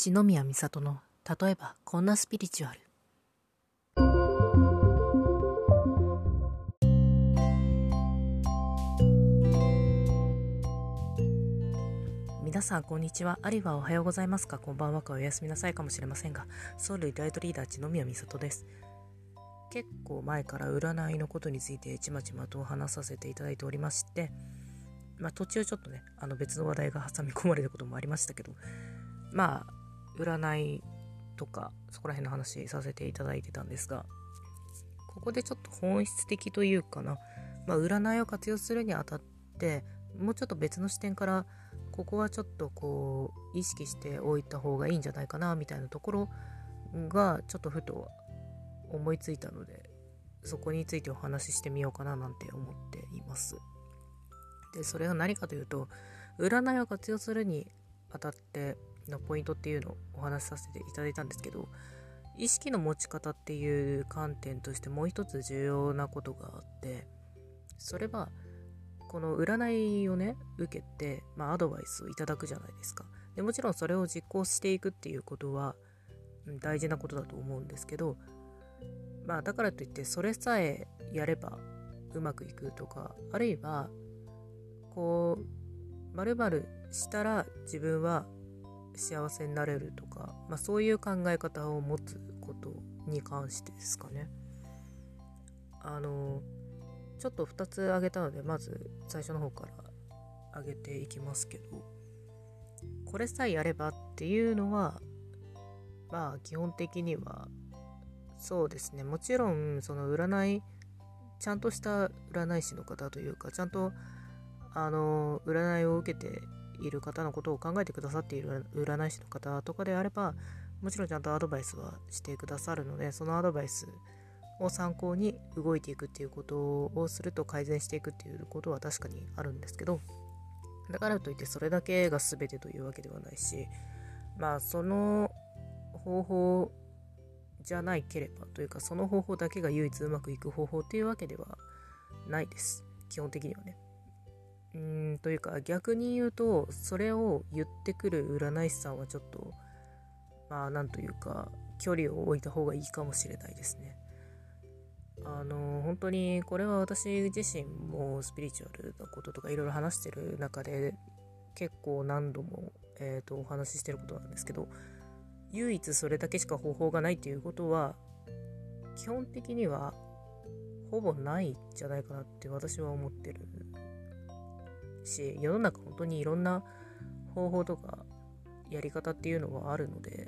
篠宮美里の例えばこんなスピリチュアル。皆さんこんにちは、あるいはおはようございますか、こんばんはかおやすみなさいかもしれませんが、ソウルライトリーダー篠宮美里です。結構前から占いのことについてちまちまと話させていただいておりまして、途中ちょっとね別の話題が挟み込まれることもありましたけど、占いとかそこら辺の話させていただいてたんですが、ここでちょっと本質的というかな、占いを活用するにあたってもうちょっと別の視点からここはちょっと意識しておいた方がいいんじゃないかなみたいなところがちょっとふと思いついたので、そこについてお話ししてみようかななんて思っています。でそれは何かというと、占いを活用するにあたってのポイントっていうのをお話しさせていただいたんですけど、意識の持ち方っていう観点としてもう一つ重要なことがあって、それはこの占いをね受けて、アドバイスをいただくじゃないですか。でもちろんそれを実行していくっていうことは大事なことだと思うんですけど、だからといってそれさえやればうまくいくとか、あるいは〇〇したら自分は幸せになれるとか、そういう考え方を持つことに関してですかね。ちょっと2つ挙げたので、まず最初の方から挙げていきますけど、これさえやればっていうのは基本的にはそうですね、もちろんその占い、ちゃんとした占い師の方というか、ちゃんと占いを受けている方のことを考えてくださっている占い師の方とかであれば、もちろんちゃんとアドバイスはしてくださるので、そのアドバイスを参考に動いていくっていうことをすると改善していくっていうことは確かにあるんですけど、だからといってそれだけが全てというわけではないし、その方法じゃないければというか、その方法だけが唯一うまくいく方法っていうわけではないです、基本的にはね。というか逆に言うと、それを言ってくる占い師さんはちょっとなんというか距離を置いた方がいいかもしれないですね。本当にこれは私自身もスピリチュアルなこととかいろいろ話してる中で結構何度も、お話ししてることなんですけど、唯一それだけしか方法がないっていうことは基本的にはほぼないんじゃないかなって私は思ってるし、世の中本当にいろんな方法とかやり方っていうのはあるので、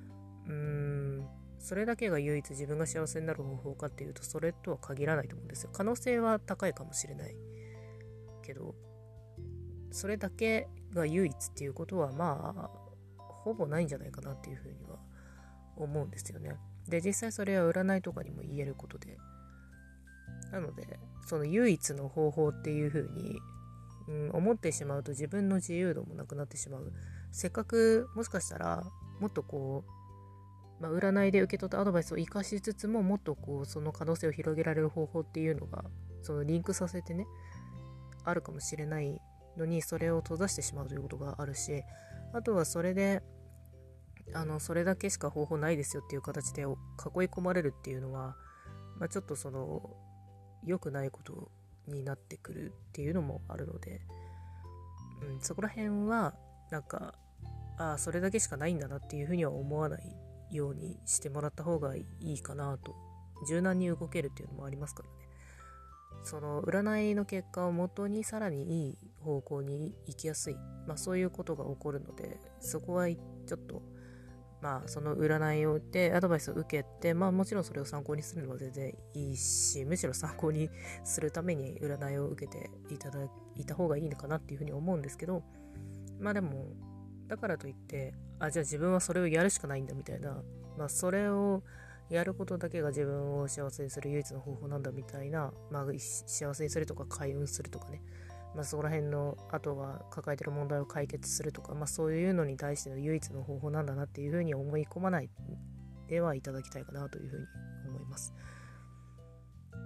それだけが唯一自分が幸せになる方法かっていうと、それとは限らないと思うんですよ。可能性は高いかもしれないけど、それだけが唯一っていうことはほぼないんじゃないかなっていうふうには思うんですよね。で実際それは占いとかにも言えることで、なのでその唯一の方法っていうふうに思ってしまうと自分の自由度もなくなってしまう。せっかくもしかしたらもっと占いで受け取ったアドバイスを生かしつつも、もっとその可能性を広げられる方法っていうのがそのリンクさせてねあるかもしれないのに、それを閉ざしてしまうということがあるし、あとはそれでそれだけしか方法ないですよっていう形で囲い込まれるっていうのは、ちょっとその良くないことになってくるっていうのもあるので、そこら辺はそれだけしかないんだなっていうふうには思わないようにしてもらった方がいいかなと。柔軟に動けるっていうのもありますからね。その占いの結果をもとにさらにいい方向に行きやすい、そういうことが起こるので、そこはちょっとその占いをでアドバイスを受けて、もちろんそれを参考にするのは全然いいし、むしろ参考にするために占いを受けていただいた方がいいのかなっていうふうに思うんですけど、でもだからといってじゃあ自分はそれをやるしかないんだみたいな、それをやることだけが自分を幸せにする唯一の方法なんだみたいな、幸せにするとか開運するとかね、そこら辺のあとは抱えてる問題を解決するとか、そういうのに対しての唯一の方法なんだなっていうふうに思い込まないではいただきたいかなというふうに思います。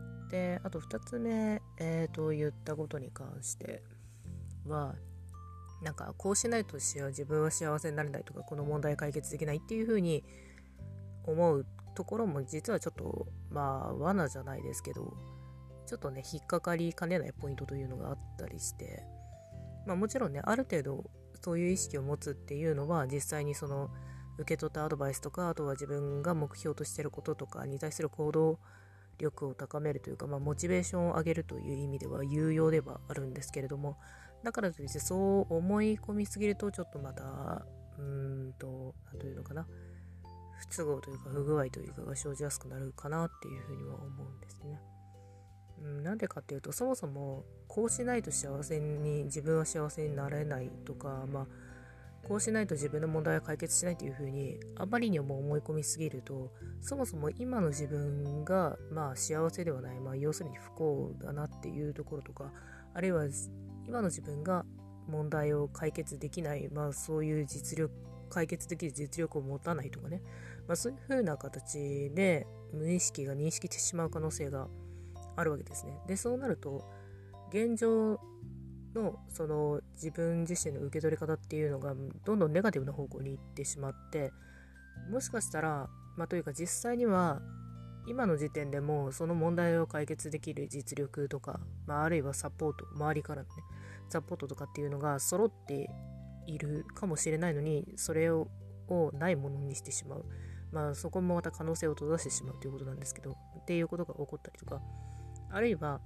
であと2つ目、言ったことに関してはなんかこうしないと自分は幸せになれないとか、この問題解決できないっていう風に思うところも実はちょっと罠じゃないですけど、ちょっとね引っかかりかねないポイントというのがあったりして、もちろんねある程度そういう意識を持つっていうのは実際にその受け取ったアドバイスとか、あとは自分が目標としていることとかに対する行動力を高めるというか、モチベーションを上げるという意味では有用ではあるんですけれども、だからといってそう思い込みすぎるとちょっとまたなんというのかな、不都合というか不具合というかが生じやすくなるかなっていうふうには思うんですね。なんでかっていうと、そもそもこうしないと自分は幸せになれないとか、こうしないと自分の問題は解決しないというふうにあまりにも思い込みすぎると、そもそも今の自分が幸せではない、要するに不幸だなっていうところとか、あるいは今の自分が問題を解決できない、そういう解決できる実力を持たないとかね、そういう風な形で無意識が認識してしまう可能性があるわけですね。で、そうなると現状のその自分自身の受け取り方っていうのがどんどんネガティブな方向に行ってしまって、もしかしたらというか実際には今の時点でもその問題を解決できる実力とか、あるいはサポート、周りからのねサポートとかっていうのが揃っているかもしれないのに、それをないものにしてしまう、そこもまた可能性を閉ざしてしまうということなんですけど、っていうことが起こったりとか、あるいは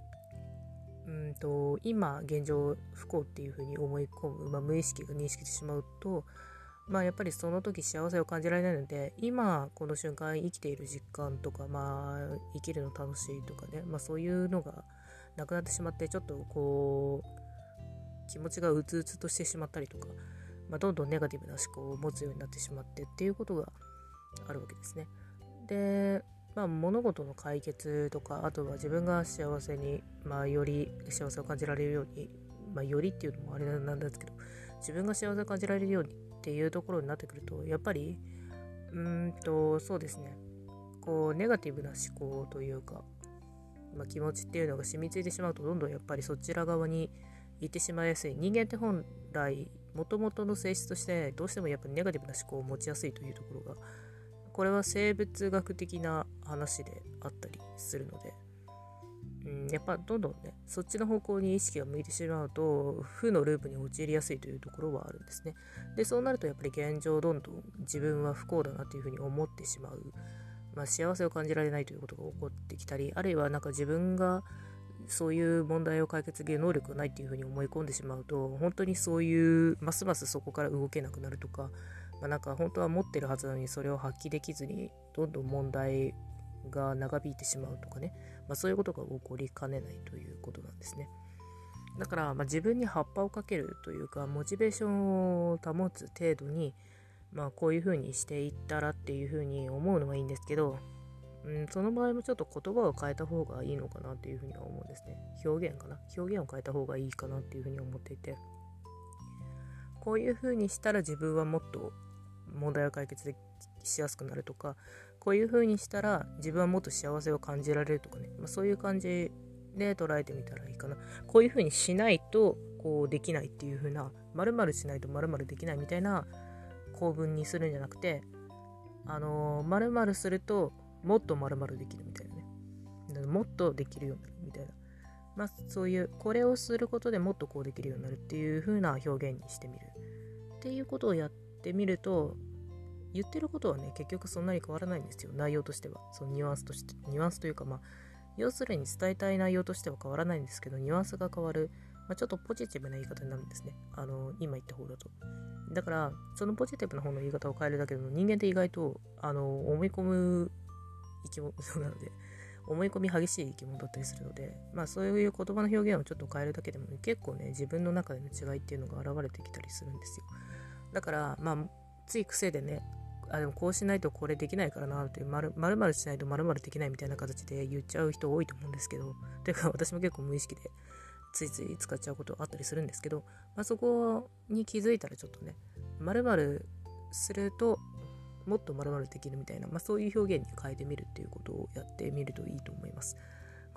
今現状不幸っていうふうに思い込む、無意識が認識してしまうと、やっぱりその時幸せを感じられないので、今この瞬間生きている実感とか、生きるの楽しいとかね、そういうのがなくなってしまって、ちょっとこう気持ちがうつうつとしてしまったりとか、どんどんネガティブな思考を持つようになってしまってっていうことがあるわけですね。で、物事の解決とか、あとは自分が幸せに、より幸せを感じられるように、よりっていうのもあれなんですけど、自分が幸せを感じられるようにっていうところになってくると、やっぱりそうですね、こうネガティブな思考というか、気持ちっていうのが染みついてしまうと、どんどんやっぱりそちら側に行ってしまいやすい。人間って本来元々の性質としてどうしてもやっぱりネガティブな思考を持ちやすいというところが、これは生物学的な話であったりするので、やっぱどんどんねそっちの方向に意識が向いてしまうと負のループに陥りやすいというところはあるんですね。で、そうなるとやっぱり現状どんどん自分は不幸だなというふうに思ってしまう、幸せを感じられないということが起こってきたり、あるいはなんか自分がそういう問題を解決できる能力がないっていうふうに思い込んでしまうと、本当にそういうますますそこから動けなくなるとか、なんか本当は持ってるはずなのにそれを発揮できずにどんどん問題が長引いてしまうとかね、そういうことが起こりかねないということなんですね。だから、自分に葉っぱをかけるというか、モチベーションを保つ程度に、こういう風にしていったらっていう風に思うのはいいんですけど、その場合もちょっと言葉を変えた方がいいのかなっていう風には思うんですね。表現を変えた方がいいかなっていう風に思っていて、こういう風にしたら自分はもっと問題を解決しやすくなるとか、こういう風にしたら自分はもっと幸せを感じられるとかね、そういう感じで捉えてみたらいいかな。こういう風にしないとこうできないっていう風な、〇〇しないと〇〇できないみたいな構文にするんじゃなくて、〇〇するともっと〇〇できるみたいなね、もっとできるようになるみたいな、そういうこれをすることでもっとこうできるようになるっていう風な表現にしてみるっていうことをやってみると、言ってることはね結局そんなに変わらないんですよ。内容としては、そのニュアンスというか、要するに伝えたい内容としては変わらないんですけど、ニュアンスが変わる、ちょっとポジティブな言い方になるんですね。今言った方だと。だからそのポジティブな方の言い方を変えるだけでも、人間って意外と思い込む生き物なので、思い込み激しい生き物だったりするので、そういう言葉の表現をちょっと変えるだけでも、結構ね自分の中での違いっていうのが現れてきたりするんですよ。だからつい癖でね、でもこうしないとこれできないからなって、〇〇しないと〇〇できないみたいな形で言っちゃう人多いと思うんですけど、てか私も結構無意識でついつい使っちゃうことあったりするんですけど、そこに気づいたらちょっとね、〇〇するともっと〇〇できるみたいな、そういう表現に変えてみるっていうことをやってみるといいと思います。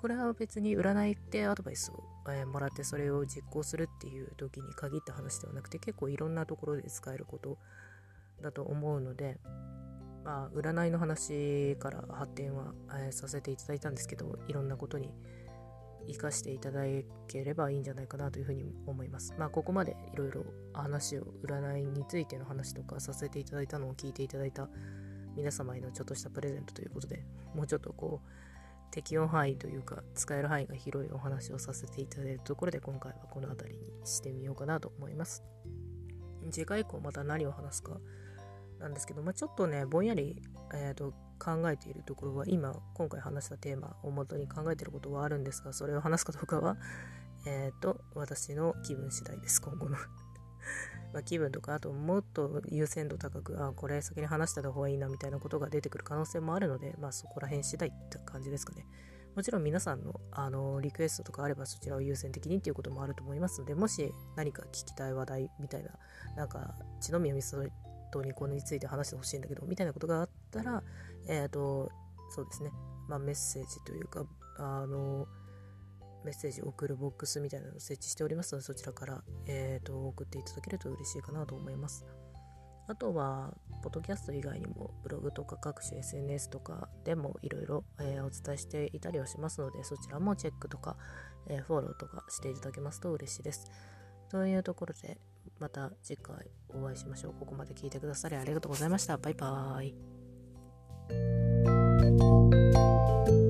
これは別に占いでアドバイスを、もらってそれを実行するっていう時に限った話ではなくて、結構いろんなところで使えることだと思うので、占いの話から発展は、させていただいたんですけど、いろんなことに活かしていただければいいんじゃないかなというふうに思います。ここまでいろいろ話を、占いについての話とかさせていただいたのを聞いていただいた皆様へのちょっとしたプレゼントということで、もうちょっと適用範囲というか使える範囲が広いお話をさせていただいるところで、今回はこの辺りにしてみようかなと思います。次回以降また何を話すかなんですけど、ちょっとねぼんやり、考えているところは、今回話したテーマを元に考えていることはあるんですが、それを話すかどうかは私の気分次第です。今後の気分とか、あともっと優先度高く、これ先に話した方がいいなみたいなことが出てくる可能性もあるので、そこら辺次第って感じですかね。もちろん皆さんのリクエストとかあればそちらを優先的にっていうこともあると思いますので、もし何か聞きたい話題みたいな、篠宮美里にこれについて話してほしいんだけどみたいなことがあったら、そうですね、メッセージというかメッセージを送るボックスみたいなのを設置しておりますので、そちらから、送っていただけると嬉しいかなと思います。あとはポッドキャスト以外にもブログとか各種 SNS とかでもいろいろお伝えしていたりはしますので、そちらもチェックとか、フォローとかしていただけますと嬉しいです。というところで、また次回お会いしましょう。ここまで聞いてくださりありがとうございました。バイバーイ。